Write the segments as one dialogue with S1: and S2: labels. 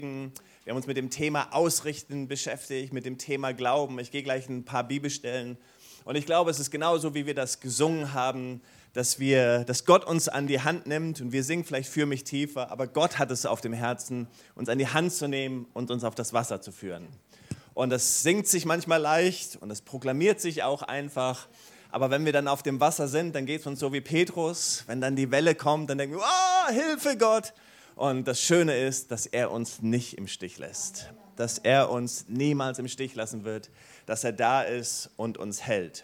S1: Wir haben uns mit dem Thema Ausrichten beschäftigt, mit dem Thema Glauben. Ich gehe gleich ein paar Bibelstellen. Und ich glaube, es ist genauso, wie wir das gesungen haben, dass Gott uns an die Hand nimmt. Und wir singen vielleicht "Führ mich tiefer", aber Gott hat es auf dem Herzen, uns an die Hand zu nehmen und uns auf das Wasser zu führen. Und das singt sich manchmal leicht und das proklamiert sich auch einfach. Aber wenn wir dann auf dem Wasser sind, dann geht es uns so wie Petrus. Wenn dann die Welle kommt, dann denken wir, oh, Hilfe Gott. Und das Schöne ist, dass er uns nicht im Stich lässt. Dass er uns niemals im Stich lassen wird. Dass er da ist und uns hält.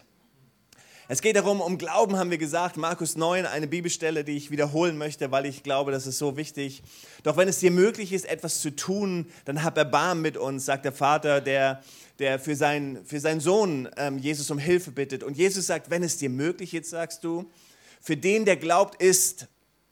S1: Es geht darum, um Glauben haben wir gesagt, Markus 9, eine Bibelstelle, die ich wiederholen möchte, weil ich glaube, das ist so wichtig. Doch wenn es dir möglich ist, etwas zu tun, dann hab Erbarmen mit uns, sagt der Vater, der für seinen Sohn Jesus um Hilfe bittet. Und Jesus sagt, wenn es dir möglich ist, sagst du, für den, der glaubt, ist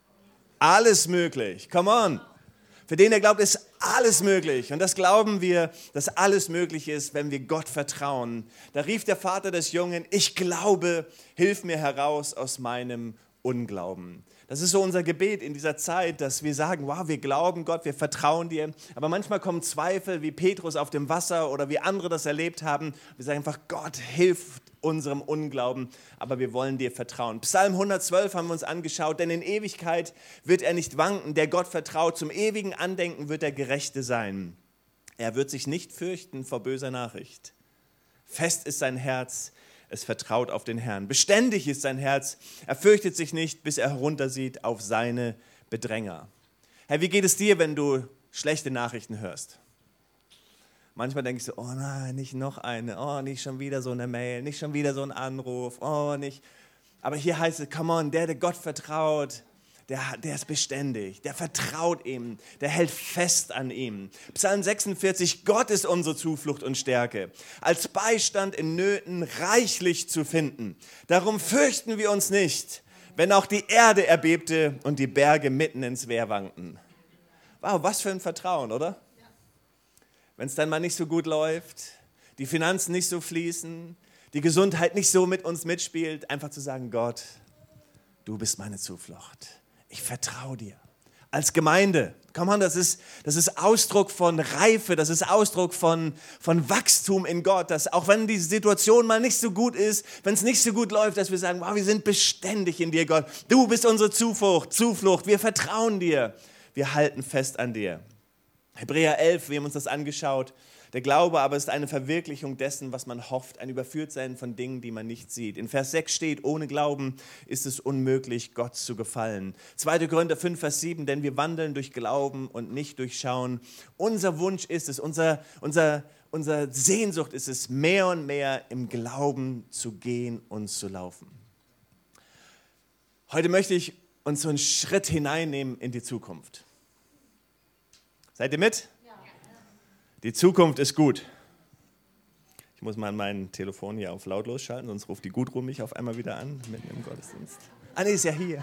S1: alles möglich. Come on. Für den, der glaubt, ist alles möglich. Und das glauben wir, dass alles möglich ist, wenn wir Gott vertrauen. Da rief der Vater des Jungen, ich glaube, hilf mir heraus aus meinem Unglauben. Das ist so unser Gebet in dieser Zeit, dass wir sagen, wow, wir glauben Gott, wir vertrauen dir. Aber manchmal kommen Zweifel, wie Petrus auf dem Wasser oder wie andere das erlebt haben. Wir sagen einfach, Gott, hilf unserem Unglauben, aber wir wollen dir vertrauen. Psalm 112 haben wir uns angeschaut, denn in Ewigkeit wird er nicht wanken, der Gott vertraut. Zum ewigen Andenken wird der Gerechte sein. Er wird sich nicht fürchten vor böser Nachricht. Fest ist sein Herz, es vertraut auf den Herrn. Beständig ist sein Herz, er fürchtet sich nicht, bis er heruntersieht auf seine Bedränger. Herr, wie geht es dir, wenn du schlechte Nachrichten hörst? Manchmal denke ich so, oh nein, nicht noch eine, oh, nicht schon wieder so eine Mail, nicht schon wieder so ein Anruf, oh, nicht. Aber hier heißt es, come on, der Gott vertraut, der ist beständig, der vertraut ihm, der hält fest an ihm. Psalm 46, Gott ist unsere Zuflucht und Stärke, als Beistand in Nöten reichlich zu finden. Darum fürchten wir uns nicht, wenn auch die Erde erbebte und die Berge mitten ins Meer wankten. Wow, was für ein Vertrauen, oder? Wenn es dann mal nicht so gut läuft, die Finanzen nicht so fließen, die Gesundheit nicht so mit uns mitspielt, einfach zu sagen, Gott, du bist meine Zuflucht. Ich vertraue dir. Als Gemeinde, komm on, das ist Ausdruck von Reife, das ist Ausdruck von Wachstum in Gott, dass auch wenn die Situation mal nicht so gut ist, wenn es nicht so gut läuft, dass wir sagen, wow, wir sind beständig in dir, Gott. Du bist unsere Zuflucht, wir vertrauen dir, wir halten fest an dir. Hebräer 11, wir haben uns das angeschaut. Der Glaube aber ist eine Verwirklichung dessen, was man hofft, ein Überführtsein von Dingen, die man nicht sieht. In Vers 6 steht, ohne Glauben ist es unmöglich, Gott zu gefallen. 2. Korinther 5, Vers 7, denn wir wandeln durch Glauben und nicht durch Schauen. Unser Wunsch ist es, unser Sehnsucht ist es, mehr und mehr im Glauben zu gehen und zu laufen. Heute möchte ich uns so einen Schritt hineinnehmen in die Zukunft. Seid ihr mit? Ja. Die Zukunft ist gut. Ich muss mal mein Telefon hier auf lautlos schalten, sonst ruft die Gudrun mich auf einmal wieder an, mitten im Gottesdienst. Nee, ist ja hier.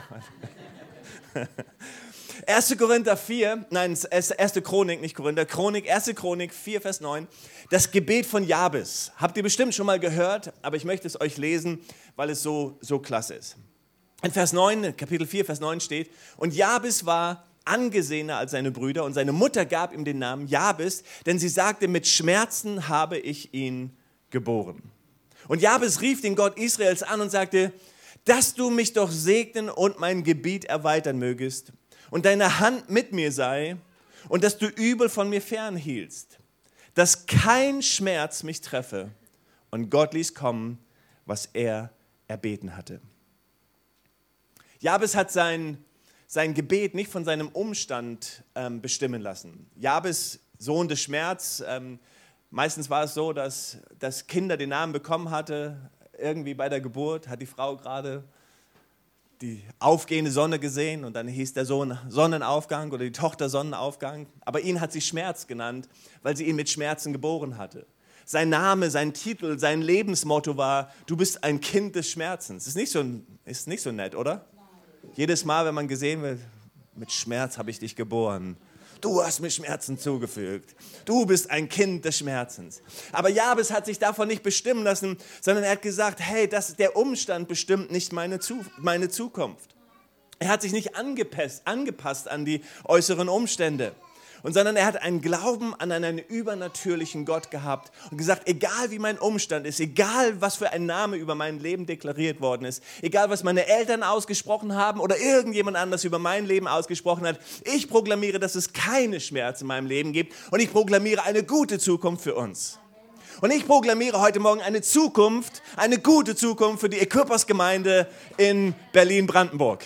S1: 1. Korinther 4, nein, 1. Chronik, nicht Korinther, Chronik, 1. Chronik 4, Vers 9, das Gebet von Jabes. Habt ihr bestimmt schon mal gehört, aber ich möchte es euch lesen, weil es so klasse ist. In Vers 9, Kapitel 4, Vers 9 steht, und Jabes war angesehener als seine Brüder und seine Mutter gab ihm den Namen Jabes, denn sie sagte, mit Schmerzen habe ich ihn geboren. Und Jabes rief den Gott Israels an und sagte, dass du mich doch segnen und mein Gebiet erweitern mögest und deine Hand mit mir sei und dass du Übel von mir fernhieltst, dass kein Schmerz mich treffe. Und Gott ließ kommen, was er erbeten hatte. Jabes hat sein Gebet nicht von seinem Umstand bestimmen lassen. Jabes, Sohn des Schmerz, meistens war es so, dass Kinder den Namen bekommen hatte, irgendwie bei der Geburt hat die Frau gerade die aufgehende Sonne gesehen und dann hieß der Sohn Sonnenaufgang oder die Tochter Sonnenaufgang. Aber ihn hat sie Schmerz genannt, weil sie ihn mit Schmerzen geboren hatte. Sein Name, sein Titel, sein Lebensmotto war, du bist ein Kind des Schmerzens. Ist nicht so nett, oder? Jedes Mal, wenn man gesehen wird, mit Schmerz habe ich dich geboren. Du hast mir Schmerzen zugefügt. Du bist ein Kind des Schmerzens. Aber Jabes hat sich davon nicht bestimmen lassen, sondern er hat gesagt, hey, der Umstand bestimmt nicht meine Zukunft. Er hat sich nicht angepasst an die äußeren Umstände. sondern er hat einen Glauben an einen übernatürlichen Gott gehabt und gesagt, egal wie mein Umstand ist, egal was für ein Name über mein Leben deklariert worden ist, egal was meine Eltern ausgesprochen haben oder irgendjemand anders über mein Leben ausgesprochen hat, ich proklamiere, dass es keine Schmerzen in meinem Leben gibt und ich proklamiere eine gute Zukunft für uns. Und ich proklamiere heute Morgen eine Zukunft, eine gute Zukunft für die Equippers-Gemeinde in Berlin-Brandenburg.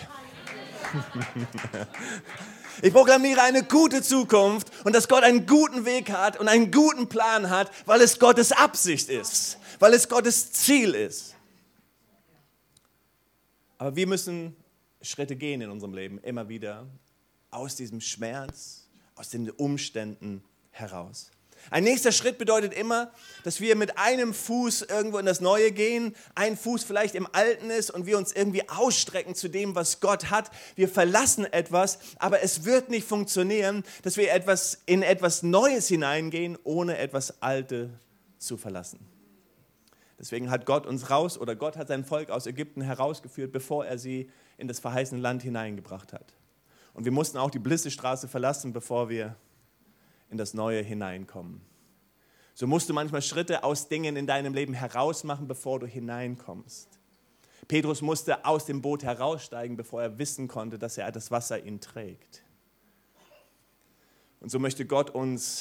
S1: Ich proklamiere eine gute Zukunft und dass Gott einen guten Weg hat und einen guten Plan hat, weil es Gottes Absicht ist, weil es Gottes Ziel ist. Aber wir müssen Schritte gehen in unserem Leben, immer wieder aus diesem Schmerz, aus den Umständen heraus. Ein nächster Schritt bedeutet immer, dass wir mit einem Fuß irgendwo in das Neue gehen, ein Fuß vielleicht im Alten ist und wir uns irgendwie ausstrecken zu dem, was Gott hat. Wir verlassen etwas, aber es wird nicht funktionieren, dass wir in etwas Neues hineingehen, ohne etwas Altes zu verlassen. Deswegen hat Gott hat sein Volk aus Ägypten herausgeführt, bevor er sie in das verheißene Land hineingebracht hat. Und wir mussten auch die Blissestraße verlassen, bevor wir in das Neue hineinkommen. So musst du manchmal Schritte aus Dingen in deinem Leben herausmachen, bevor du hineinkommst. Petrus musste aus dem Boot heraussteigen, bevor er wissen konnte, dass das Wasser ihn trägt. Und so möchte Gott uns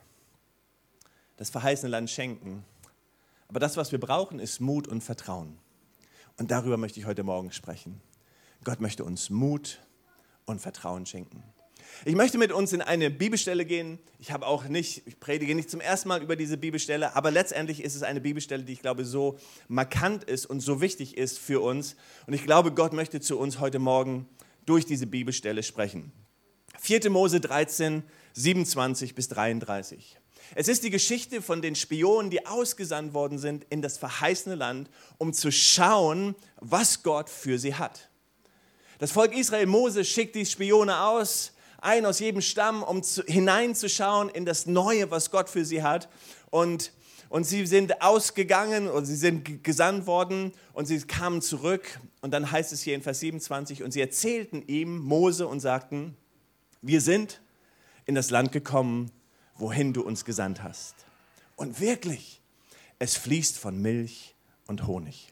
S1: das verheißene Land schenken. Aber das, was wir brauchen, ist Mut und Vertrauen. Und darüber möchte ich heute Morgen sprechen. Gott möchte uns Mut und Vertrauen schenken. Ich möchte mit uns in eine Bibelstelle gehen. Ich predige nicht zum ersten Mal über diese Bibelstelle, aber letztendlich ist es eine Bibelstelle, die ich glaube so markant ist und so wichtig ist für uns. Und ich glaube, Gott möchte zu uns heute Morgen durch diese Bibelstelle sprechen. 4. Mose 13, 27 bis 33. Es ist die Geschichte von den Spionen, die ausgesandt worden sind in das verheißene Land, um zu schauen, was Gott für sie hat. Das Volk Israel, Mose schickt die Spione aus, ein aus jedem Stamm, um hineinzuschauen in das Neue, was Gott für sie hat. Und sie sind ausgegangen und sie sind gesandt worden und sie kamen zurück. Und dann heißt es hier in Vers 27, und sie erzählten ihm, Mose, und sagten, wir sind in das Land gekommen, wohin du uns gesandt hast. Und wirklich, es fließt von Milch und Honig.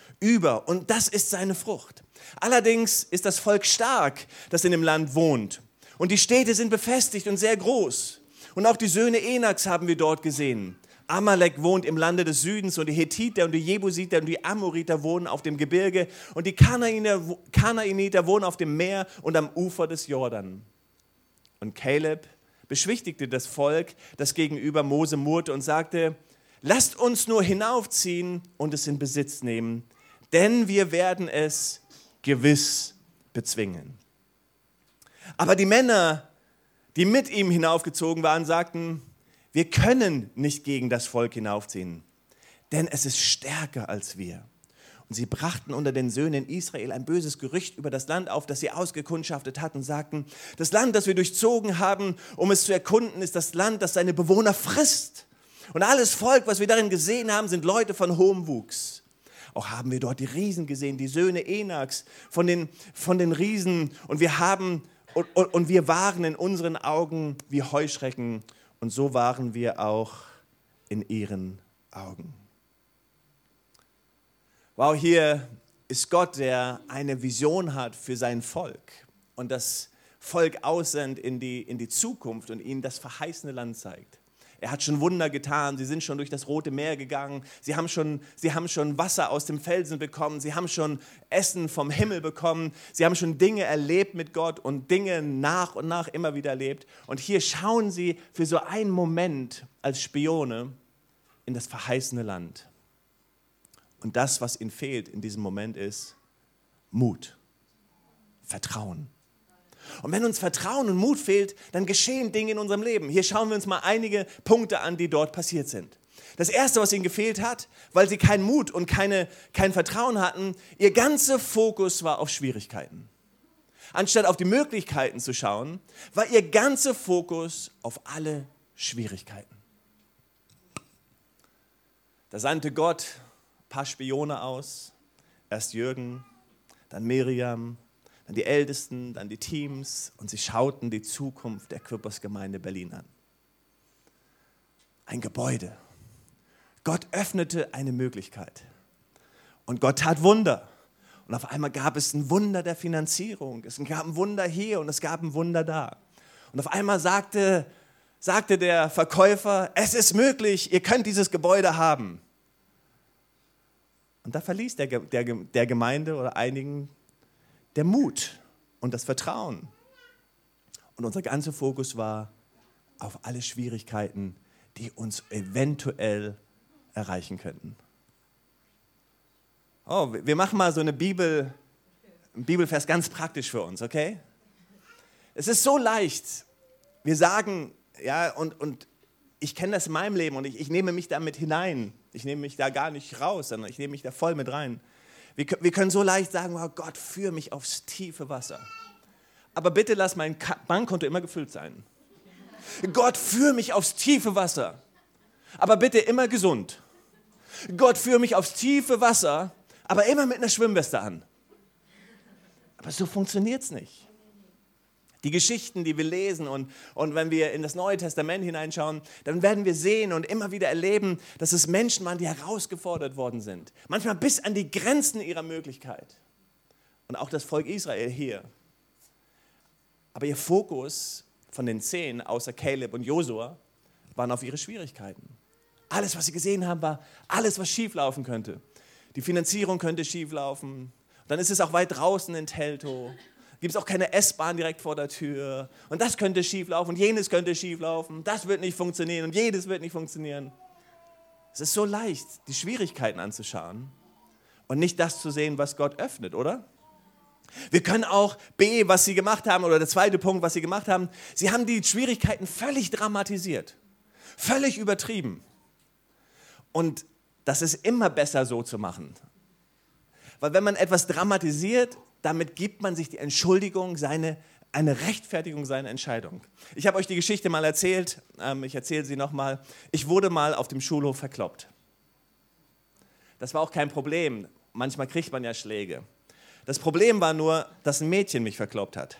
S1: Und das ist seine Frucht. Allerdings ist das Volk stark, das in dem Land wohnt. Und die Städte sind befestigt und sehr groß. Und auch die Söhne Enaks haben wir dort gesehen. Amalek wohnt im Lande des Südens und die Hethiter und die Jebusiter und die Amoriter wohnen auf dem Gebirge und die Kanaaniter wohnen auf dem Meer und am Ufer des Jordan. Und Kaleb beschwichtigte das Volk, das gegenüber Mose murrte und sagte, lasst uns nur hinaufziehen und es in Besitz nehmen, denn wir werden es gewiss bezwingen. Aber die Männer, die mit ihm hinaufgezogen waren, sagten, wir können nicht gegen das Volk hinaufziehen, denn es ist stärker als wir. Und sie brachten unter den Söhnen Israel ein böses Gerücht über das Land auf, das sie ausgekundschaftet hatten und sagten, das Land, das wir durchzogen haben, um es zu erkunden, ist das Land, das seine Bewohner frisst. Und alles Volk, was wir darin gesehen haben, sind Leute von hohem Wuchs. Auch haben wir dort die Riesen gesehen, die Söhne Enaks von den Riesen. Und wir waren in unseren Augen wie Heuschrecken und so waren wir auch in ihren Augen. Wow, hier ist Gott, der eine Vision hat für sein Volk und das Volk aussendet in die Zukunft und ihnen das verheißene Land zeigt. Er hat schon Wunder getan, sie sind schon durch das Rote Meer gegangen, sie haben schon Wasser aus dem Felsen bekommen, sie haben schon Essen vom Himmel bekommen, sie haben schon Dinge erlebt mit Gott und Dinge nach und nach immer wieder erlebt. Und hier schauen sie für so einen Moment als Spione in das verheißene Land. Und das, was ihnen fehlt in diesem Moment, ist Mut, Vertrauen. Und wenn uns Vertrauen und Mut fehlt, dann geschehen Dinge in unserem Leben. Hier schauen wir uns mal einige Punkte an, die dort passiert sind. Das Erste, was ihnen gefehlt hat, weil sie keinen Mut und kein Vertrauen hatten, ihr ganzer Fokus war auf Schwierigkeiten. Anstatt auf die Möglichkeiten zu schauen, war ihr ganzer Fokus auf alle Schwierigkeiten. Da sandte Gott ein paar Spione aus, erst Jürgen, dann Miriam, dann die Ältesten, dann die Teams und sie schauten die Zukunft der Equippers-Gemeinde Berlin an. Ein Gebäude. Gott öffnete eine Möglichkeit und Gott tat Wunder. Und auf einmal gab es ein Wunder der Finanzierung. Es gab ein Wunder hier und es gab ein Wunder da. Und auf einmal sagte der Verkäufer, es ist möglich, ihr könnt dieses Gebäude haben. Und da verließ der Gemeinde oder einigen der Mut und das Vertrauen. Und unser ganzer Fokus war auf alle Schwierigkeiten, die uns eventuell erreichen könnten. Oh, wir machen mal so einen Bibelvers ganz praktisch für uns, okay? Es ist so leicht. Wir sagen, ja, und ich kenne das in meinem Leben und ich nehme mich da mit hinein. Ich nehme mich da gar nicht raus, sondern ich nehme mich da voll mit rein. Wir können so leicht sagen, oh Gott, führe mich aufs tiefe Wasser. Aber bitte lass mein Bankkonto immer gefüllt sein. Gott, führe mich aufs tiefe Wasser. Aber bitte immer gesund. Gott, führe mich aufs tiefe Wasser, aber immer mit einer Schwimmweste an. Aber so funktioniert es nicht. Die Geschichten, die wir lesen und wenn wir in das Neue Testament hineinschauen, dann werden wir sehen und immer wieder erleben, dass es Menschen waren, die herausgefordert worden sind. Manchmal bis an die Grenzen ihrer Möglichkeit. Und auch das Volk Israel hier. Aber ihr Fokus von den 10, außer Kaleb und Josua, waren auf ihre Schwierigkeiten. Alles, was sie gesehen haben, war alles, was schieflaufen könnte. Die Finanzierung könnte schieflaufen. Dann ist es auch weit draußen in Teltow. Gibt es auch keine S-Bahn direkt vor der Tür. Und das könnte schieflaufen und jenes könnte schieflaufen. Das wird nicht funktionieren und jedes wird nicht funktionieren. Es ist so leicht, die Schwierigkeiten anzuschauen und nicht das zu sehen, was Gott öffnet, oder? Wir können auch was sie gemacht haben, oder der zweite Punkt, was sie gemacht haben, sie haben die Schwierigkeiten völlig dramatisiert, völlig übertrieben. Und das ist immer besser so zu machen. Weil wenn man etwas dramatisiert, damit gibt man sich die Entschuldigung, eine Rechtfertigung seiner Entscheidung. Ich habe euch die Geschichte mal erzählt, ich erzähle sie nochmal. Ich wurde mal auf dem Schulhof verkloppt. Das war auch kein Problem, manchmal kriegt man ja Schläge. Das Problem war nur, dass ein Mädchen mich verkloppt hat.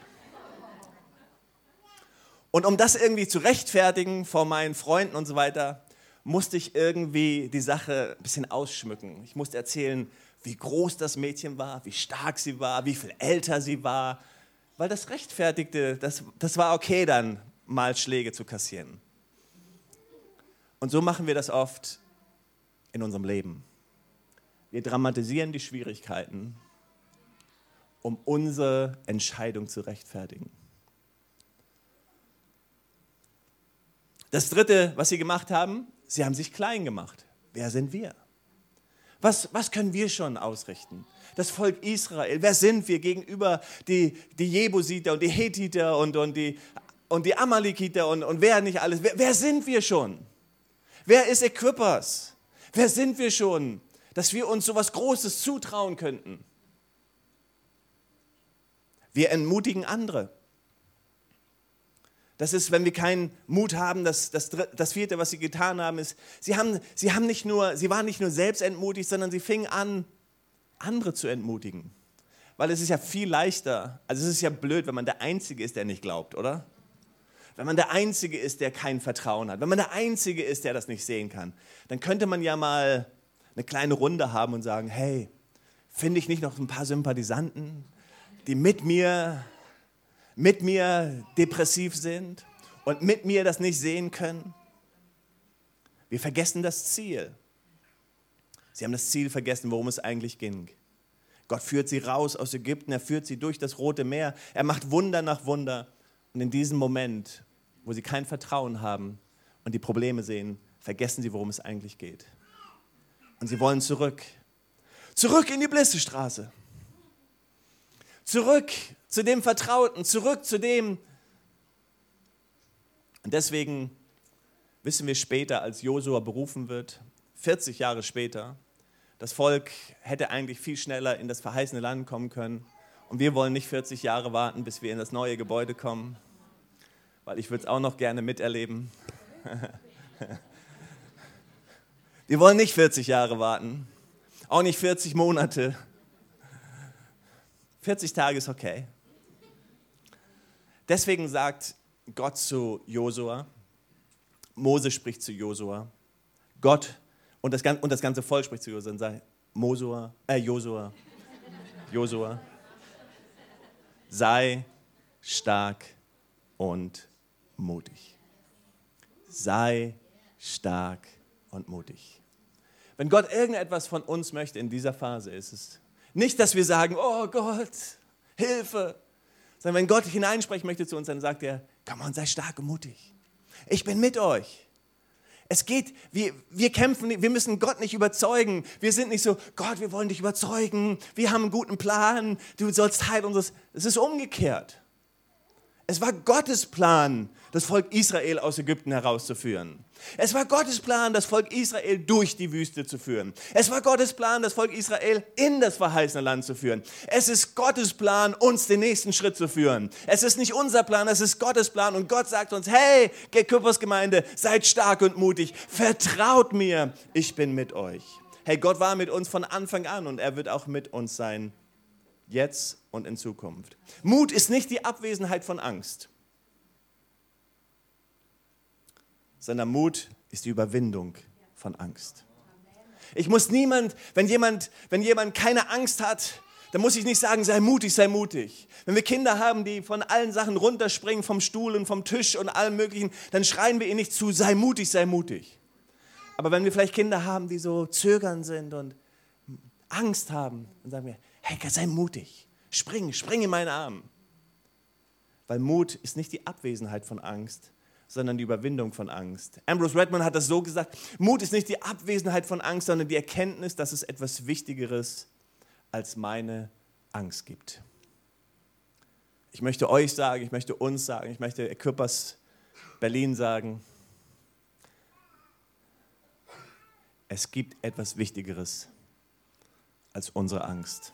S1: Und um das irgendwie zu rechtfertigen vor meinen Freunden und so weiter, musste ich irgendwie die Sache ein bisschen ausschmücken. Ich musste erzählen, wie groß das Mädchen war, wie stark sie war, wie viel älter sie war. Weil das rechtfertigte, das war okay dann, mal Schläge zu kassieren. Und so machen wir das oft in unserem Leben. Wir dramatisieren die Schwierigkeiten, um unsere Entscheidung zu rechtfertigen. Das Dritte, was sie gemacht haben, sie haben sich klein gemacht. Wer sind wir? Was können wir schon ausrichten? Das Volk Israel, wer sind wir gegenüber die Jebusiter und die Hethiter und die Amalekiter und wer nicht alles? Wer sind wir schon? Wer ist Equippers? Wer sind wir schon, dass wir uns so was Großes zutrauen könnten? Wir entmutigen andere. Das ist, wenn wir keinen Mut haben, das Vierte, was sie getan haben, ist, sie waren nicht nur selbst entmutigt, sondern sie fingen an, andere zu entmutigen. Weil es ist ja viel leichter, also es ist ja blöd, wenn man der Einzige ist, der nicht glaubt, oder? Wenn man der Einzige ist, der kein Vertrauen hat, wenn man der Einzige ist, der das nicht sehen kann, dann könnte man ja mal eine kleine Runde haben und sagen, hey, finde ich nicht noch ein paar Sympathisanten, die mit mir depressiv sind und mit mir das nicht sehen können? Wir vergessen das Ziel. Sie haben das Ziel vergessen, worum es eigentlich ging. Gott führt sie raus aus Ägypten, er führt sie durch das Rote Meer, er macht Wunder nach Wunder. Und in diesem Moment, wo sie kein Vertrauen haben und die Probleme sehen, vergessen sie, worum es eigentlich geht. Und sie wollen zurück in die Blissestraße. Zurück zu dem Vertrauten, zurück zu dem. Und deswegen wissen wir später, als Josua berufen wird, 40 Jahre später, das Volk hätte eigentlich viel schneller in das verheißene Land kommen können. Und wir wollen nicht 40 Jahre warten, bis wir in das neue Gebäude kommen, weil ich würde es auch noch gerne miterleben. Wir wollen nicht 40 Jahre warten, auch nicht 40 Monate. 40 Tage ist okay. Deswegen sagt Gott zu Josua, Mose spricht zu Josua, Gott und das ganze Volk spricht zu Josua und sagt, Josua, sei stark und mutig. Sei stark und mutig. Wenn Gott irgendetwas von uns möchte in dieser Phase, ist es nicht, dass wir sagen, oh Gott, Hilfe, sondern wenn Gott hineinsprechen möchte zu uns, dann sagt er, komm on, sei stark und mutig. Ich bin mit euch. Es geht, wir kämpfen, wir müssen Gott nicht überzeugen. Wir sind nicht so, Gott, wir wollen dich überzeugen. Wir haben einen guten Plan. Du sollst Teil unseres. Es ist umgekehrt. Es war Gottes Plan, das Volk Israel aus Ägypten herauszuführen. Es war Gottes Plan, das Volk Israel durch die Wüste zu führen. Es war Gottes Plan, das Volk Israel in das verheißene Land zu führen. Es ist Gottes Plan, uns den nächsten Schritt zu führen. Es ist nicht unser Plan, es ist Gottes Plan. Und Gott sagt uns, hey, Küppersgemeinde, seid stark und mutig. Vertraut mir, ich bin mit euch. Hey, Gott war mit uns von Anfang an und er wird auch mit uns sein. Jetzt und in Zukunft. Mut ist nicht die Abwesenheit von Angst, sondern Mut ist die Überwindung von Angst. Ich muss wenn jemand keine Angst hat, dann muss ich nicht sagen, sei mutig, sei mutig. Wenn wir Kinder haben, die von allen Sachen runterspringen, vom Stuhl und vom Tisch und allem Möglichen, dann schreien wir ihnen nicht zu, sei mutig, sei mutig. Aber wenn wir vielleicht Kinder haben, die so zögern sind und Angst haben, dann sagen wir, hey, sei mutig, spring in meine Arme. Weil Mut ist nicht die Abwesenheit von Angst, sondern die Überwindung von Angst. Ambrose Redman hat das so gesagt, Mut ist nicht die Abwesenheit von Angst, sondern die Erkenntnis, dass es etwas Wichtigeres als meine Angst gibt. Ich möchte euch sagen, ich möchte uns sagen, ich möchte Küppers Berlin sagen, es gibt etwas Wichtigeres als unsere Angst.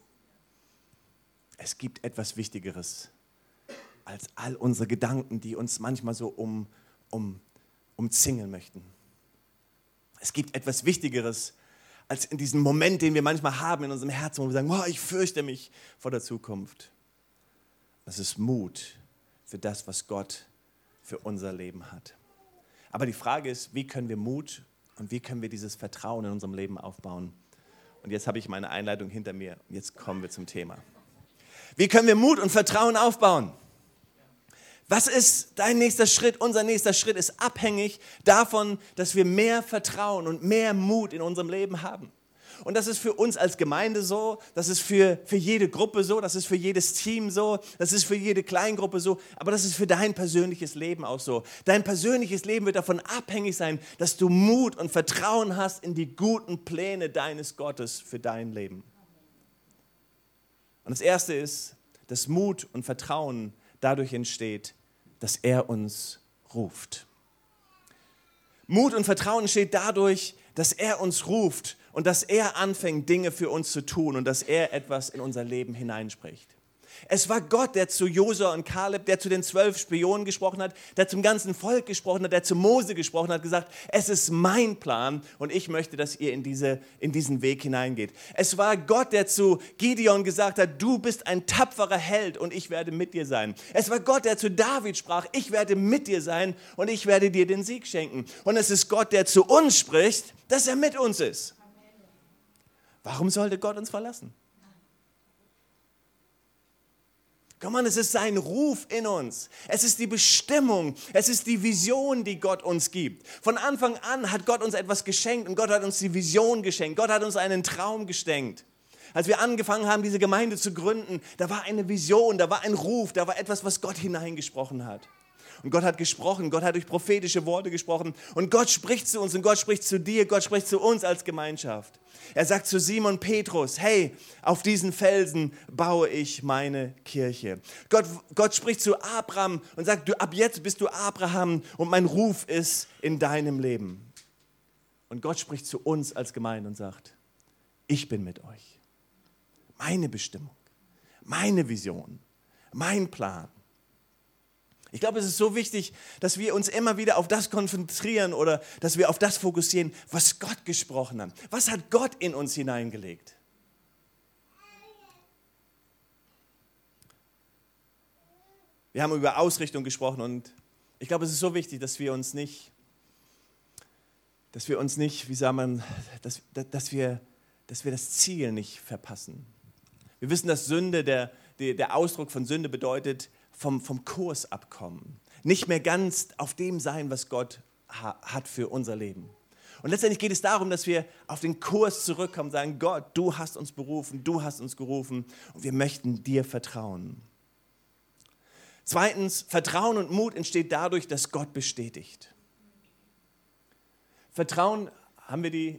S1: Es gibt etwas Wichtigeres als all unsere Gedanken, die uns manchmal so umzingeln möchten. Es gibt etwas Wichtigeres als in diesem Moment, den wir manchmal haben in unserem Herzen, wo wir sagen, oh, ich fürchte mich vor der Zukunft. Das ist Mut für das, was Gott für unser Leben hat. Aber die Frage ist, wie können wir Mut und wie können wir dieses Vertrauen in unserem Leben aufbauen? Und jetzt habe ich meine Einleitung hinter mir und jetzt kommen wir zum Thema. Wie können wir Mut und Vertrauen aufbauen? Was ist dein nächster Schritt? Unser nächster Schritt ist abhängig davon, dass wir mehr Vertrauen und mehr Mut in unserem Leben haben. Und das ist für uns als Gemeinde so, das ist für jede Gruppe so, das ist für jedes Team so, das ist für jede Kleingruppe so, aber das ist für dein persönliches Leben auch so. Dein persönliches Leben wird davon abhängig sein, dass du Mut und Vertrauen hast in die guten Pläne deines Gottes für dein Leben. Und das Erste ist, dass Mut und Vertrauen dadurch entsteht, dass er uns ruft. Mut und Vertrauen entsteht dadurch, dass er uns ruft und dass er anfängt, Dinge für uns zu tun und dass er etwas in unser Leben hineinspricht. Es war Gott, der zu Josua und Kaleb, der zu den 12 Spionen gesprochen hat, der zum ganzen Volk gesprochen hat, der zu Mose gesprochen hat, gesagt, es ist mein Plan und ich möchte, dass ihr in diesen Weg hineingeht. Es war Gott, der zu Gideon gesagt hat, du bist ein tapferer Held und ich werde mit dir sein. Es war Gott, der zu David sprach, ich werde mit dir sein und ich werde dir den Sieg schenken. Und es ist Gott, der zu uns spricht, dass er mit uns ist. Warum sollte Gott uns verlassen? Komm on, es ist sein Ruf in uns. Es ist die Bestimmung, es ist die Vision, die Gott uns gibt. Von Anfang an hat Gott uns etwas geschenkt und Gott hat uns die Vision geschenkt. Gott hat uns einen Traum geschenkt. Als wir angefangen haben, diese Gemeinde zu gründen, da war eine Vision, da war ein Ruf, da war etwas, was Gott hineingesprochen hat. Und Gott hat gesprochen, Gott hat durch prophetische Worte gesprochen und Gott spricht zu uns und Gott spricht zu dir, Gott spricht zu uns als Gemeinschaft. Er sagt zu Simon Petrus, hey, auf diesen Felsen baue ich meine Kirche. Gott spricht zu Abraham und sagt, ab jetzt bist du Abraham und mein Ruf ist in deinem Leben. Und Gott spricht zu uns als Gemeinde und sagt, ich bin mit euch. Meine Bestimmung, meine Vision, mein Plan. Ich glaube, es ist so wichtig, dass wir uns immer wieder auf das konzentrieren oder dass wir auf das fokussieren, was Gott gesprochen hat. Was hat Gott in uns hineingelegt? Wir haben über Ausrichtung gesprochen und ich glaube, es ist so wichtig, dass wir uns nicht, wie sagt man, dass wir das Ziel nicht verpassen. Wir wissen, dass Sünde, der Ausdruck von Sünde bedeutet, vom Kurs abkommen. Nicht mehr ganz auf dem sein, was Gott hat für unser Leben. Und letztendlich geht es darum, dass wir auf den Kurs zurückkommen und sagen, Gott, du hast uns berufen, du hast uns gerufen und wir möchten dir vertrauen. Zweitens, Vertrauen und Mut entsteht dadurch, dass Gott bestätigt. Vertrauen, haben wir die?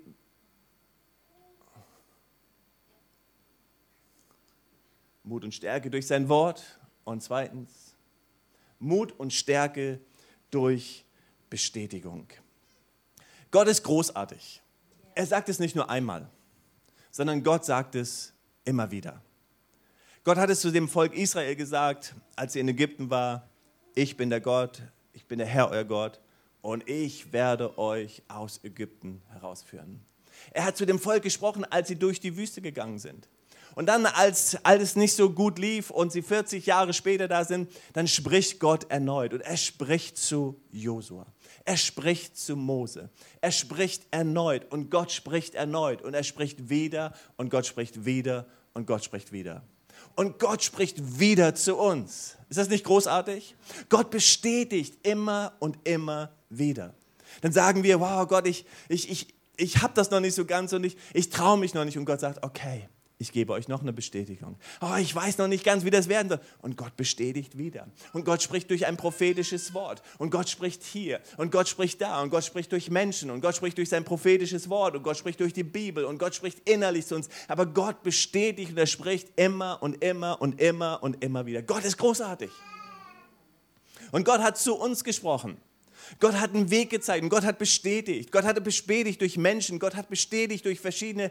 S1: Mut und Stärke durch sein Wort. Und zweitens, Mut und Stärke durch Bestätigung. Gott ist großartig. Er sagt es nicht nur einmal, sondern Gott sagt es immer wieder. Gott hat es zu dem Volk Israel gesagt, als sie in Ägypten war, ich bin der Gott, ich bin der Herr, euer Gott, und ich werde euch aus Ägypten herausführen. Er hat zu dem Volk gesprochen, als sie durch die Wüste gegangen sind. Und dann, als alles nicht so gut lief und sie 40 Jahre später da sind, dann spricht Gott erneut. Und er spricht zu Josua. Er spricht zu Mose. Er spricht erneut und Gott spricht erneut. Und er spricht wieder und Gott spricht wieder und Gott spricht wieder. Und Gott spricht wieder zu uns. Ist das nicht großartig? Gott bestätigt immer und immer wieder. Dann sagen wir, wow Gott, ich habe das noch nicht so ganz und ich traue mich noch nicht. Und Gott sagt, okay, ich gebe euch noch eine Bestätigung. Oh, ich weiß noch nicht ganz, wie das werden soll. Und Gott bestätigt wieder. Und Gott spricht durch ein prophetisches Wort. Und Gott spricht hier. Und Gott spricht da. Und Gott spricht durch Menschen. Und Gott spricht durch sein prophetisches Wort. Und Gott spricht durch die Bibel. Und Gott spricht innerlich zu uns. Aber Gott bestätigt und er spricht immer und immer und immer und immer wieder. Gott ist großartig. Und Gott hat zu uns gesprochen. Gott hat einen Weg gezeigt und Gott hat bestätigt. Gott hat bestätigt durch Menschen. Gott hat bestätigt durch verschiedene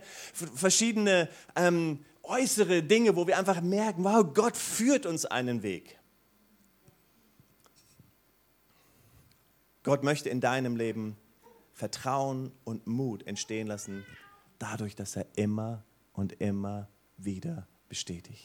S1: äußere Dinge, wo wir einfach merken, wow, Gott führt uns einen Weg. Gott möchte in deinem Leben Vertrauen und Mut entstehen lassen, dadurch, dass er immer und immer wieder bestätigt.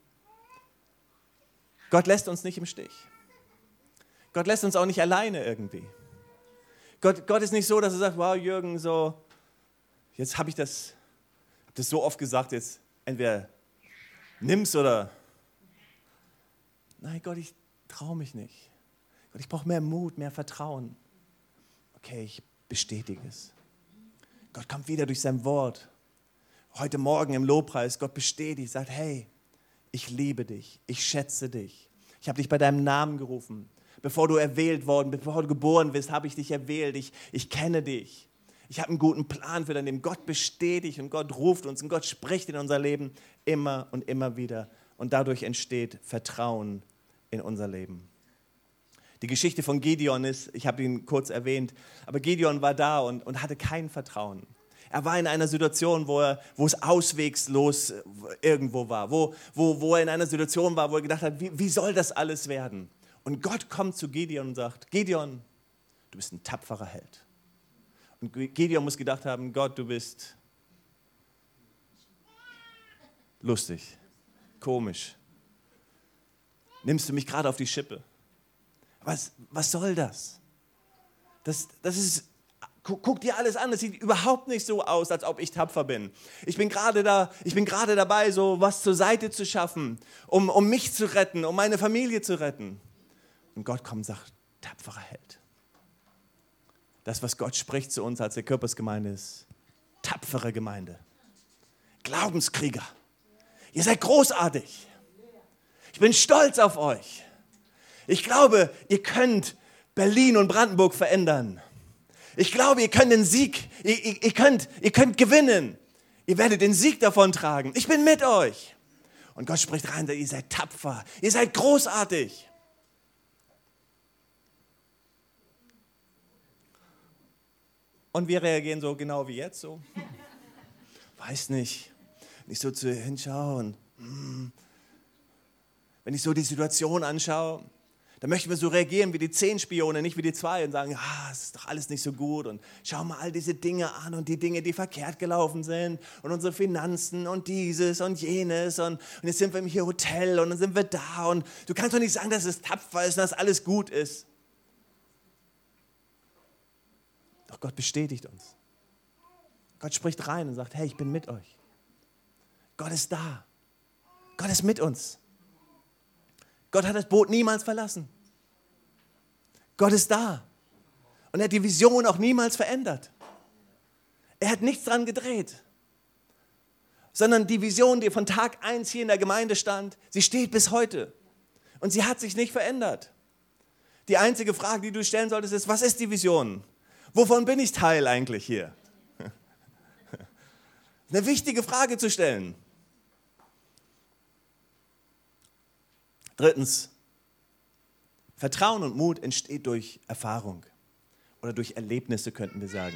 S1: Gott lässt uns nicht im Stich. Gott lässt uns auch nicht alleine irgendwie. Gott ist nicht so, dass er sagt, wow Jürgen, so, jetzt habe ich das so oft gesagt, jetzt entweder nimm's oder, nein Gott, ich traue mich nicht. Gott, ich brauche mehr Mut, mehr Vertrauen. Okay, ich bestätige es. Gott kommt wieder durch sein Wort. Heute Morgen im Lobpreis, Gott bestätigt, sagt, hey, ich liebe dich, ich schätze dich. Ich habe dich bei deinem Namen gerufen. Bevor du erwählt worden bist, bevor du geboren bist, habe ich dich erwählt. Ich kenne dich. Ich habe einen guten Plan für dein Leben. Gott bestätigt und Gott ruft uns und Gott spricht in unser Leben immer und immer wieder. Und dadurch entsteht Vertrauen in unser Leben. Die Geschichte von Gideon ist, ich habe ihn kurz erwähnt, aber Gideon war da und hatte kein Vertrauen. Er war in einer Situation, wo es auswegslos irgendwo war, wo er in einer Situation war, wo er gedacht hat, wie soll das alles werden? Und Gott kommt zu Gideon und sagt, Gideon, du bist ein tapferer Held. Und Gideon muss gedacht haben, Gott, du bist lustig, komisch. Nimmst du mich gerade auf die Schippe? Was soll das? Das ist, guck dir alles an, das sieht überhaupt nicht so aus, als ob ich tapfer bin. Ich bin gerade dabei, so was zur Seite zu schaffen, um mich zu retten, um meine Familie zu retten. Und Gott kommt und sagt, tapferer Held. Das, was Gott spricht zu uns als der Körpersgemeinde ist, tapfere Gemeinde. Glaubenskrieger. Ihr seid großartig. Ich bin stolz auf euch. Ich glaube, ihr könnt Berlin und Brandenburg verändern. Ich glaube, ihr könnt den Sieg, ihr könnt gewinnen. Ihr werdet den Sieg davontragen. Ich bin mit euch. Und Gott spricht rein, ihr seid tapfer. Ihr seid großartig. Und wir reagieren so genau wie jetzt so. Weiß nicht. Wenn ich so zu hinschaue und wenn ich so die Situation anschaue, Da möchten wir so reagieren wie die 10 Spione, nicht wie die 2 und sagen, es ist doch alles nicht so gut und schau mal all diese Dinge an und die Dinge, die verkehrt gelaufen sind und unsere Finanzen und dieses und jenes und jetzt sind wir im hier Hotel und dann sind wir da und du kannst doch nicht sagen, dass es tapfer ist und dass alles gut ist. Doch Gott bestätigt uns. Gott spricht rein und sagt, hey, ich bin mit euch. Gott ist da. Gott ist mit uns. Gott hat das Boot niemals verlassen. Gott ist da. Und er hat die Vision auch niemals verändert. Er hat nichts dran gedreht. Sondern die Vision, die von Tag 1 hier in der Gemeinde stand, sie steht bis heute. Und sie hat sich nicht verändert. Die einzige Frage, die du stellen solltest, ist, was ist die Vision? Wovon bin ich Teil eigentlich hier? Eine wichtige Frage zu stellen. Drittens, Vertrauen und Mut entsteht durch Erfahrung oder durch Erlebnisse, könnten wir sagen.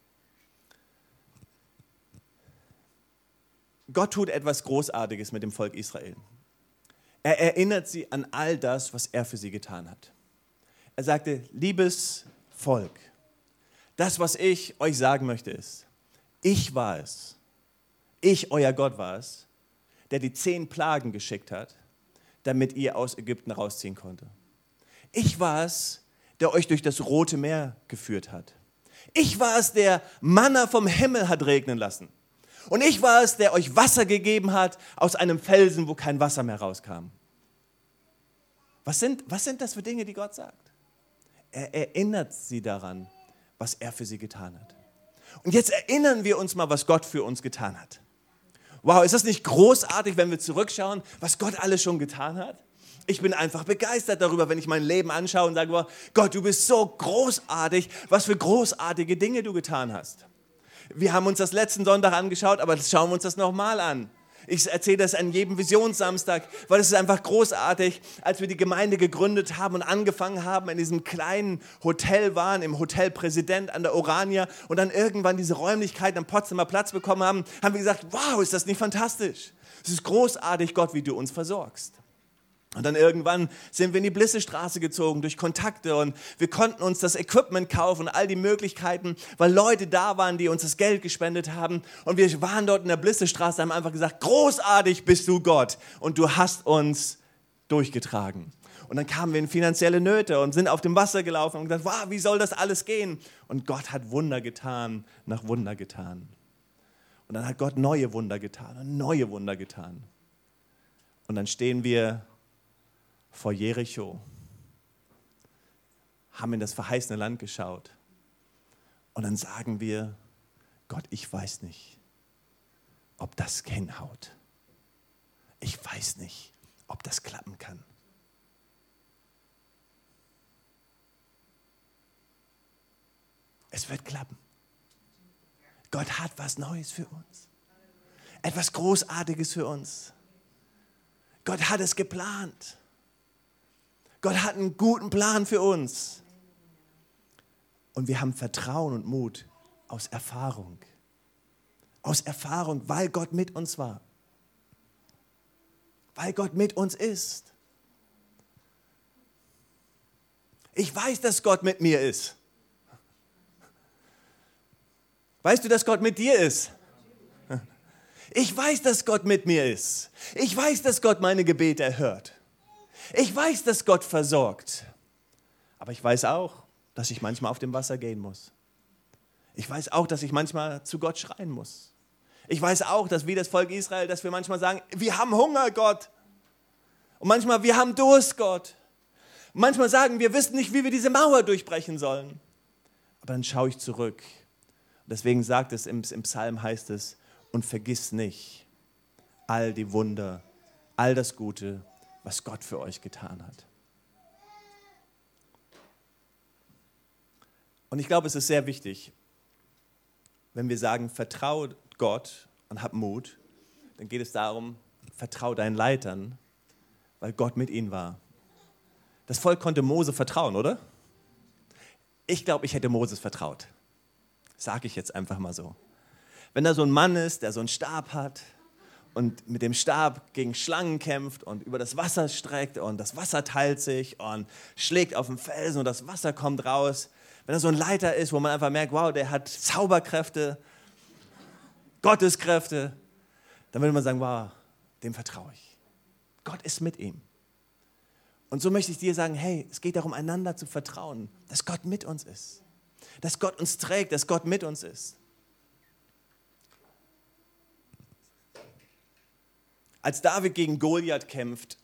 S1: Gott tut etwas Großartiges mit dem Volk Israel. Er erinnert sie an all das, was er für sie getan hat. Er sagte, liebes Volk, das, was ich euch sagen möchte, ist, ich war es, ich, euer Gott war es, der die 10 Plagen geschickt hat, damit ihr aus Ägypten rausziehen konnte. Ich war es, der euch durch das Rote Meer geführt hat. Ich war es, der Manna vom Himmel hat regnen lassen. Und ich war es, der euch Wasser gegeben hat aus einem Felsen, wo kein Wasser mehr rauskam. Was sind das für Dinge, die Gott sagt? Er erinnert sie daran, was er für sie getan hat. Und jetzt erinnern wir uns mal, was Gott für uns getan hat. Wow, ist das nicht großartig, wenn wir zurückschauen, was Gott alles schon getan hat? Ich bin einfach begeistert darüber, wenn ich mein Leben anschaue und sage, wow, Gott, du bist so großartig, was für großartige Dinge du getan hast. Wir haben uns das letzten Sonntag angeschaut, aber jetzt schauen wir uns das nochmal an. Ich erzähle das an jedem Visionssamstag, weil es ist einfach großartig, als wir die Gemeinde gegründet haben und angefangen haben, in diesem kleinen Hotel waren, im Hotel Präsident an der Orania und dann irgendwann diese Räumlichkeiten am Potsdamer Platz bekommen haben, haben wir gesagt, wow, ist das nicht fantastisch? Es ist großartig, Gott, wie du uns versorgst. Und dann irgendwann sind wir in die Blissestraße gezogen durch Kontakte und wir konnten uns das Equipment kaufen und all die Möglichkeiten, weil Leute da waren, die uns das Geld gespendet haben. Und wir waren dort in der Blissestraße, haben einfach gesagt, großartig bist du Gott und du hast uns durchgetragen. Und dann kamen wir in finanzielle Nöte und sind auf dem Wasser gelaufen und gesagt, wow, wie soll das alles gehen? Und Gott hat Wunder getan, nach Wunder getan. Und dann hat Gott neue Wunder getan und neue Wunder getan. Und dann stehen wir vor Jericho, haben in das verheißene Land geschaut und dann sagen wir, Gott, ich weiß nicht, ob das hinhaut. Ich weiß nicht, ob das klappen kann. Es wird klappen. Gott hat was Neues für uns. Etwas Großartiges für uns. Gott hat es geplant. Gott hat einen guten Plan für uns. Und wir haben Vertrauen und Mut aus Erfahrung. Aus Erfahrung, weil Gott mit uns war. Weil Gott mit uns ist. Ich weiß, dass Gott mit mir ist. Weißt du, dass Gott mit dir ist? Ich weiß, dass Gott mit mir ist. Ich weiß, dass Gott meine Gebete erhört. Ich weiß, dass Gott versorgt. Aber ich weiß auch, dass ich manchmal auf dem Wasser gehen muss. Ich weiß auch, dass ich manchmal zu Gott schreien muss. Ich weiß auch, dass wie das Volk Israel, dass wir manchmal sagen, wir haben Hunger, Gott. Und manchmal, wir haben Durst, Gott. Und manchmal sagen, wir wissen nicht, wie wir diese Mauer durchbrechen sollen. Aber dann schaue ich zurück. Und deswegen sagt es, im Psalm heißt es, und vergiss nicht all die Wunder, all das Gute, was Gott für euch getan hat. Und ich glaube, es ist sehr wichtig, wenn wir sagen, vertraue Gott und hab Mut, dann geht es darum, vertraue deinen Leitern, weil Gott mit ihnen war. Das Volk konnte Mose vertrauen, oder? Ich glaube, ich hätte Moses vertraut. Sage ich jetzt einfach mal so. Wenn da so ein Mann ist, der so einen Stab hat und mit dem Stab gegen Schlangen kämpft und über das Wasser streckt und das Wasser teilt sich und schlägt auf den Felsen und das Wasser kommt raus. Wenn er so ein Leiter ist, wo man einfach merkt, wow, der hat Zauberkräfte, Gotteskräfte, dann würde man sagen, wow, dem vertraue ich. Gott ist mit ihm. Und so möchte ich dir sagen, hey, es geht darum, einander zu vertrauen, dass Gott mit uns ist, dass Gott uns trägt, dass Gott mit uns ist. Als David gegen Goliath kämpft,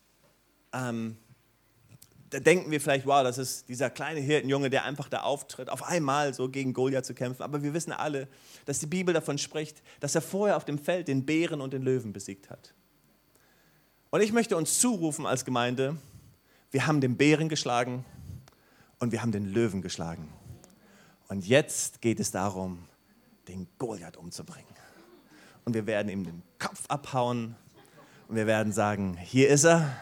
S1: da denken wir vielleicht, wow, das ist dieser kleine Hirtenjunge, der einfach da auftritt, auf einmal so gegen Goliath zu kämpfen. Aber wir wissen alle, dass die Bibel davon spricht, dass er vorher auf dem Feld den Bären und den Löwen besiegt hat. Und ich möchte uns zurufen als Gemeinde, wir haben den Bären geschlagen und wir haben den Löwen geschlagen. Und jetzt geht es darum, den Goliath umzubringen. Und wir werden ihm den Kopf abhauen und wir werden sagen, hier ist er.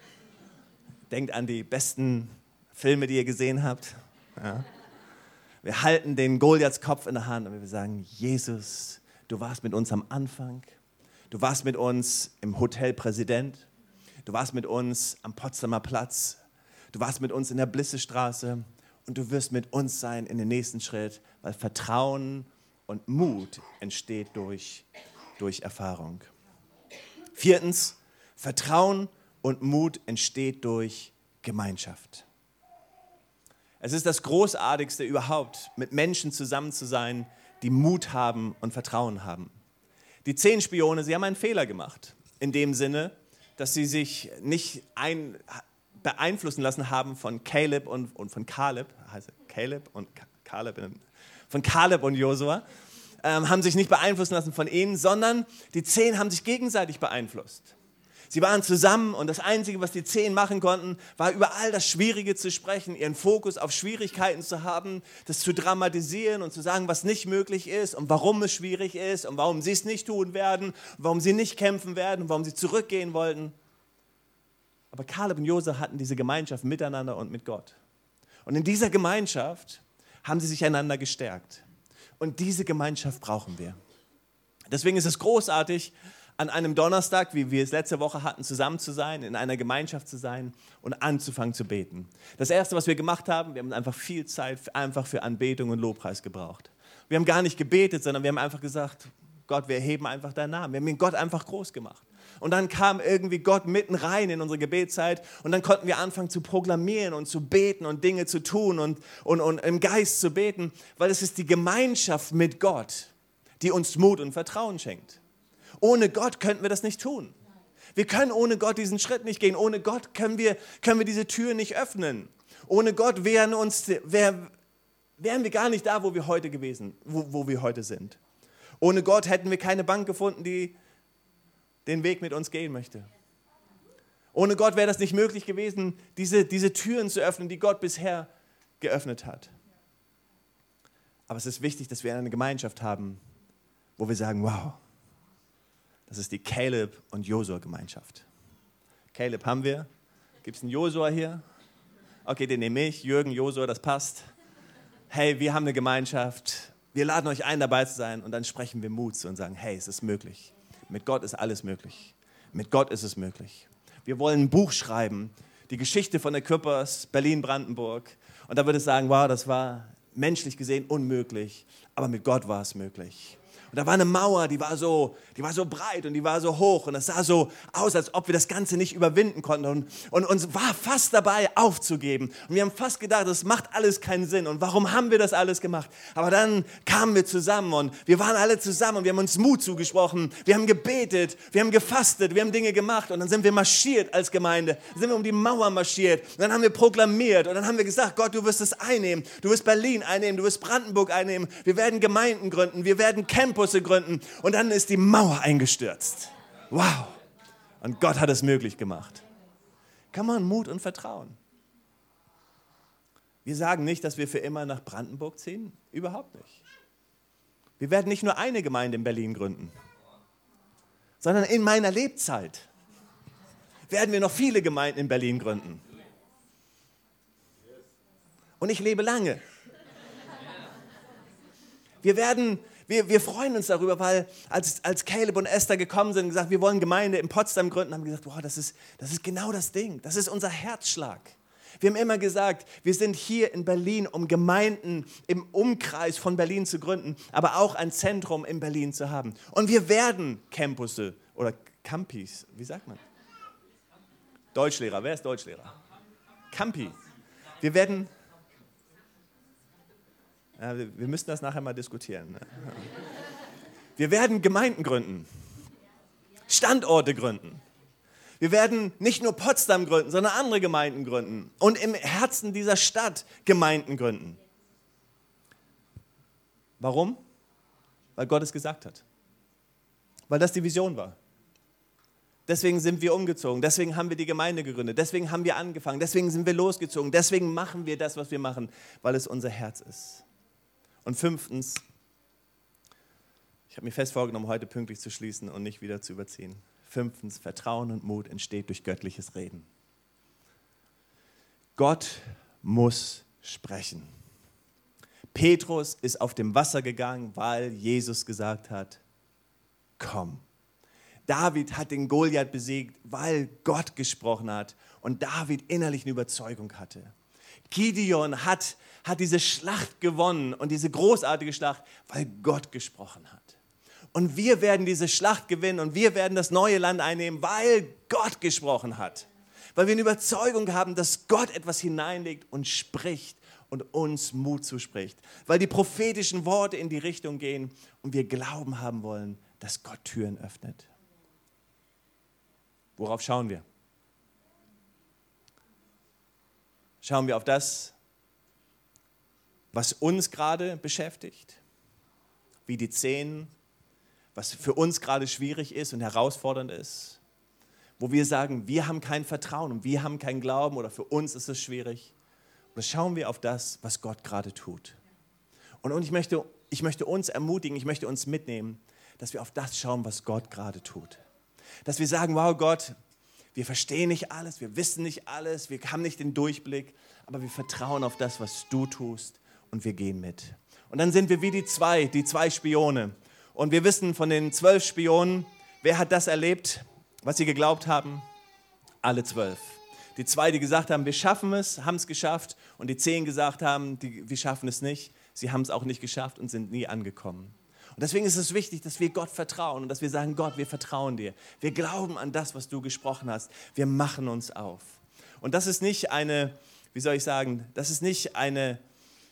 S1: Denkt an die besten Filme, die ihr gesehen habt. Ja. Wir halten den Goliaths Kopf in der Hand und wir sagen, Jesus, du warst mit uns am Anfang. Du warst mit uns im Hotel Präsident. Du warst mit uns am Potsdamer Platz. Du warst mit uns in der Blissestraße. Und du wirst mit uns sein in den nächsten Schritt, weil Vertrauen und Mut entsteht durch Erfahrung. 4. Vertrauen und Mut entsteht durch Gemeinschaft. Es ist das Großartigste überhaupt, mit Menschen zusammen zu sein, die Mut haben und Vertrauen haben. Die 10 Spione, sie haben einen Fehler gemacht. In dem Sinne, dass sie sich nicht beeinflussen lassen haben von Caleb und von Kaleb, heißt Caleb und Kaleb, von Kaleb und Josua, haben sich nicht beeinflussen lassen von ihnen, sondern die 10 haben sich gegenseitig beeinflusst. Sie waren zusammen und das Einzige, was die 10 machen konnten, war über all das Schwierige zu sprechen, ihren Fokus auf Schwierigkeiten zu haben, das zu dramatisieren und zu sagen, was nicht möglich ist und warum es schwierig ist und warum sie es nicht tun werden, warum sie nicht kämpfen werden und warum sie zurückgehen wollten. Aber Kaleb und Josua hatten diese Gemeinschaft miteinander und mit Gott. Und in dieser Gemeinschaft haben sie sich einander gestärkt. Und diese Gemeinschaft brauchen wir. Deswegen ist es großartig, an einem Donnerstag, wie wir es letzte Woche hatten, zusammen zu sein, in einer Gemeinschaft zu sein und anzufangen zu beten. Das Erste, was wir gemacht haben, wir haben einfach viel Zeit einfach für Anbetung und Lobpreis gebraucht. Wir haben gar nicht gebetet, sondern wir haben einfach gesagt, Gott, wir erheben einfach deinen Namen. Wir haben den Gott einfach groß gemacht. Und dann kam irgendwie Gott mitten rein in unsere Gebetszeit und dann konnten wir anfangen zu proklamieren und zu beten und Dinge zu tun und im Geist zu beten, weil es ist die Gemeinschaft mit Gott, die uns Mut und Vertrauen schenkt. Ohne Gott könnten wir das nicht tun. Wir können ohne Gott diesen Schritt nicht gehen. Ohne Gott können wir diese Tür nicht öffnen. Ohne Gott wären wir gar nicht da, wo wir heute gewesen, wo wir heute sind. Ohne Gott hätten wir keine Bank gefunden, die den Weg mit uns gehen möchte. Ohne Gott wäre das nicht möglich gewesen, diese Türen zu öffnen, die Gott bisher geöffnet hat. Aber es ist wichtig, dass wir eine Gemeinschaft haben, wo wir sagen, wow, das ist die Caleb und Josua Gemeinschaft. Caleb haben wir. Gibt es einen Josua hier? Okay, den nehme ich. Jürgen, Josua, das passt. Hey, wir haben eine Gemeinschaft. Wir laden euch ein, dabei zu sein. Und dann sprechen wir Mut zu und sagen, hey, es ist möglich. Mit Gott ist alles möglich. Mit Gott ist es möglich. Wir wollen ein Buch schreiben. Die Geschichte von der Küppers, Berlin-Brandenburg. Und da würde ich sagen, wow, das war menschlich gesehen unmöglich. Aber mit Gott war es möglich. Und da war eine Mauer, die war so breit und die war so hoch und es sah so aus, als ob wir das Ganze nicht überwinden konnten und uns war fast dabei aufzugeben. Und wir haben fast gedacht, das macht alles keinen Sinn und warum haben wir das alles gemacht? Aber dann kamen wir zusammen und wir waren alle zusammen und wir haben uns Mut zugesprochen, wir haben gebetet, wir haben gefastet, wir haben Dinge gemacht und dann sind wir marschiert als Gemeinde, dann sind wir um die Mauer marschiert und dann haben wir proklamiert und dann haben wir gesagt, Gott, du wirst es einnehmen, du wirst Berlin einnehmen, du wirst Brandenburg einnehmen, wir werden Gemeinden gründen, wir werden Campusse gründen und dann ist die Mauer eingestürzt. Wow. Und Gott hat es möglich gemacht. Come on, Mut und Vertrauen. Wir sagen nicht, dass wir für immer nach Brandenburg ziehen. Überhaupt nicht. Wir werden nicht nur eine Gemeinde in Berlin gründen, sondern in meiner Lebzeit werden wir noch viele Gemeinden in Berlin gründen. Und ich lebe lange. Wir werden Wir freuen uns darüber, weil als Caleb und Esther gekommen sind und gesagt, wir wollen Gemeinde in Potsdam gründen, haben wir gesagt, wow, das ist genau das Ding. Das ist unser Herzschlag. Wir haben immer gesagt, wir sind hier in Berlin, um Gemeinden im Umkreis von Berlin zu gründen, aber auch ein Zentrum in Berlin zu haben. Und wir werden Campusse oder Campis, wie sagt man? Deutschlehrer, wer ist Deutschlehrer? Campi. Wir werden, ja, wir müssen das nachher mal diskutieren. Ne? Wir werden Gemeinden gründen, Standorte gründen. Wir werden nicht nur Potsdam gründen, sondern andere Gemeinden gründen und im Herzen dieser Stadt Gemeinden gründen. Warum? Weil Gott es gesagt hat. Weil das die Vision war. Deswegen sind wir umgezogen, deswegen haben wir die Gemeinde gegründet, deswegen haben wir angefangen, deswegen sind wir losgezogen, deswegen machen wir das, was wir machen, weil es unser Herz ist. Und 5. Ich habe mir fest vorgenommen, heute pünktlich zu schließen und nicht wieder zu überziehen. 5. Vertrauen und Mut entsteht durch göttliches Reden. Gott muss sprechen. Petrus ist auf dem Wasser gegangen, weil Jesus gesagt hat, komm. David hat den Goliath besiegt, weil Gott gesprochen hat und David innerlich eine Überzeugung hatte. Gideon hat diese Schlacht gewonnen und diese großartige Schlacht, weil Gott gesprochen hat. Und wir werden diese Schlacht gewinnen und wir werden das neue Land einnehmen, weil Gott gesprochen hat. Weil wir eine Überzeugung haben, dass Gott etwas hineinlegt und spricht und uns Mut zuspricht. Weil die prophetischen Worte in die Richtung gehen und wir Glauben haben wollen, dass Gott Türen öffnet. Worauf schauen wir? Schauen wir auf das, was uns gerade beschäftigt, wie die 10, was für uns gerade schwierig ist und herausfordernd ist, wo wir sagen, wir haben kein Vertrauen und wir haben keinen Glauben oder für uns ist es schwierig. Oder schauen wir auf das, was Gott gerade tut. Und ich möchte uns ermutigen, ich möchte uns mitnehmen, dass wir auf das schauen, was Gott gerade tut. Dass wir sagen, wow Gott, wir verstehen nicht alles, wir wissen nicht alles, wir haben nicht den Durchblick, aber wir vertrauen auf das, was du tust und wir gehen mit. Und dann sind wir wie die zwei Spione. Und wir wissen von den 12 Spionen, wer hat das erlebt, was sie geglaubt haben? Alle 12. Die 2, die gesagt haben, wir schaffen es, haben es geschafft. Und die 10 gesagt haben, wir schaffen es nicht. Sie haben es auch nicht geschafft und sind nie angekommen. Und deswegen ist es wichtig, dass wir Gott vertrauen und dass wir sagen, Gott, wir vertrauen dir. Wir glauben an das, was du gesprochen hast. Wir machen uns auf. Und das ist nicht eine, wie soll ich sagen, das ist nicht eine,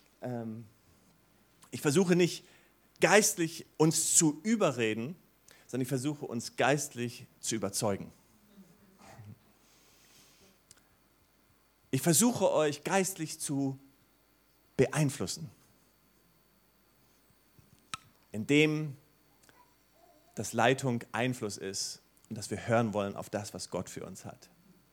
S1: ich versuche nicht geistlich uns zu überreden, sondern ich versuche uns geistlich zu überzeugen. Ich versuche euch geistlich zu beeinflussen, indem das Leitung Einfluss ist und dass wir hören wollen auf das, was Gott für uns hat.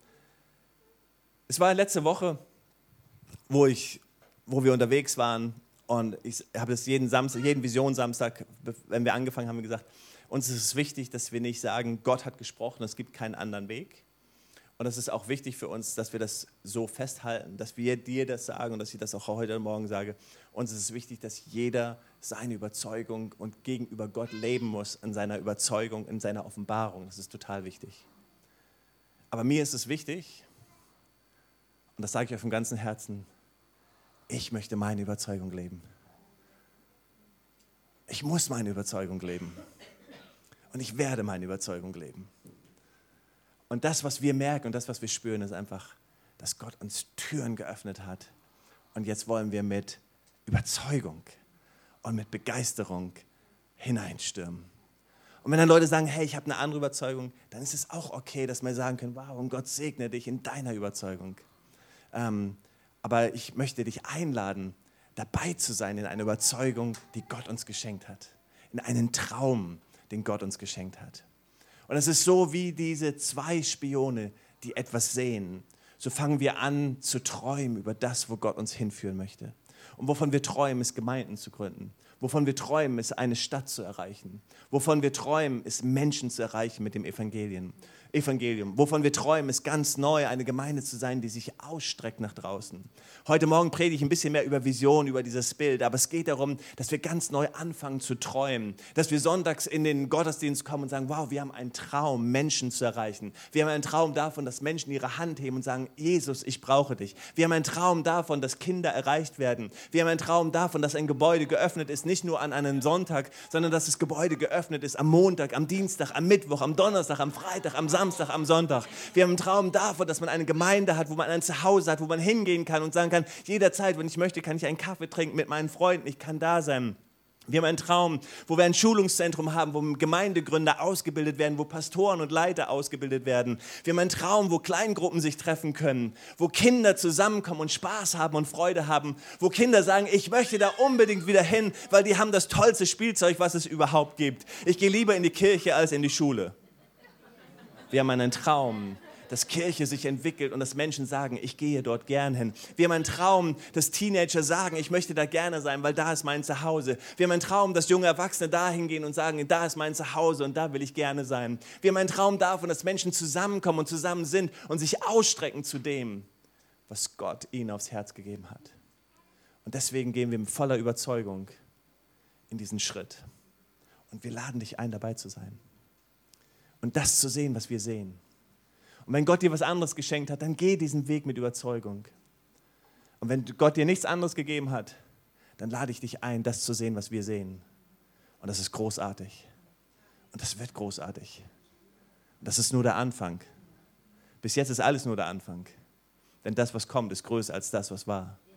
S1: Es war letzte Woche, wo wir unterwegs waren und ich habe das jeden Visionssamstag, wenn wir angefangen haben, gesagt, uns ist es wichtig, dass wir nicht sagen, Gott hat gesprochen, es gibt keinen anderen Weg. Und es ist auch wichtig für uns, dass wir das so festhalten, dass wir dir das sagen und dass ich das auch heute Morgen sage. Uns ist es wichtig, dass jeder seine Überzeugung und gegenüber Gott leben muss, in seiner Überzeugung, in seiner Offenbarung. Das ist total wichtig. Aber mir ist es wichtig, und das sage ich euch vom ganzen Herzen, ich möchte meine Überzeugung leben. Ich muss meine Überzeugung leben. Und ich werde meine Überzeugung leben. Und das, was wir merken und das, was wir spüren, ist einfach, dass Gott uns Türen geöffnet hat. Und jetzt wollen wir mit Überzeugung und mit Begeisterung hineinstürmen. Und wenn dann Leute sagen, hey, ich habe eine andere Überzeugung, dann ist es auch okay, dass wir sagen können, wow, und Gott segne dich in deiner Überzeugung. Aber ich möchte dich einladen, dabei zu sein in einer Überzeugung, die Gott uns geschenkt hat. In einen Traum, den Gott uns geschenkt hat. Und es ist so wie diese 2 Spione, die etwas sehen. So fangen wir an zu träumen über das, wo Gott uns hinführen möchte. Und wovon wir träumen, ist Gemeinden zu gründen. Wovon wir träumen, ist eine Stadt zu erreichen. Wovon wir träumen, ist Menschen zu erreichen mit dem Evangelium. Wovon wir träumen, ist ganz neu eine Gemeinde zu sein, die sich ausstreckt nach draußen. Heute Morgen predige ich ein bisschen mehr über Vision, über dieses Bild, aber es geht darum, dass wir ganz neu anfangen zu träumen, dass wir sonntags in den Gottesdienst kommen und sagen, wow, wir haben einen Traum, Menschen zu erreichen. Wir haben einen Traum davon, dass Menschen ihre Hand heben und sagen, Jesus, ich brauche dich. Wir haben einen Traum davon, dass Kinder erreicht werden. Wir haben einen Traum davon, dass ein Gebäude geöffnet ist, nicht nur an einem Sonntag, sondern dass das Gebäude geöffnet ist am Montag, am Dienstag, am Mittwoch, am Donnerstag, am Freitag, am Samstag, am Sonntag. Wir haben einen Traum davon, dass man eine Gemeinde hat, wo man ein Zuhause hat, wo man hingehen kann und sagen kann, jederzeit, wenn ich möchte, kann ich einen Kaffee trinken mit meinen Freunden, ich kann da sein. Wir haben einen Traum, wo wir ein Schulungszentrum haben, wo Gemeindegründer ausgebildet werden, wo Pastoren und Leiter ausgebildet werden. Wir haben einen Traum, wo Kleingruppen sich treffen können, wo Kinder zusammenkommen und Spaß haben und Freude haben, wo Kinder sagen, ich möchte da unbedingt wieder hin, weil die haben das tollste Spielzeug, was es überhaupt gibt. Ich gehe lieber in die Kirche als in die Schule. Wir haben einen Traum, dass Kirche sich entwickelt und dass Menschen sagen, ich gehe dort gern hin. Wir haben einen Traum, dass Teenager sagen, ich möchte da gerne sein, weil da ist mein Zuhause. Wir haben einen Traum, dass junge Erwachsene da hingehen und sagen, da ist mein Zuhause und da will ich gerne sein. Wir haben einen Traum davon, dass Menschen zusammenkommen und zusammen sind und sich ausstrecken zu dem, was Gott ihnen aufs Herz gegeben hat. Und deswegen gehen wir mit voller Überzeugung in diesen Schritt. Und wir laden dich ein, dabei zu sein. Und das zu sehen, was wir sehen. Und wenn Gott dir was anderes geschenkt hat, dann geh diesen Weg mit Überzeugung. Und wenn Gott dir nichts anderes gegeben hat, dann lade ich dich ein, das zu sehen, was wir sehen. Und das ist großartig. Und das wird großartig. Und das ist nur der Anfang. Bis jetzt ist alles nur der Anfang. Denn das, was kommt, ist größer als das, was war.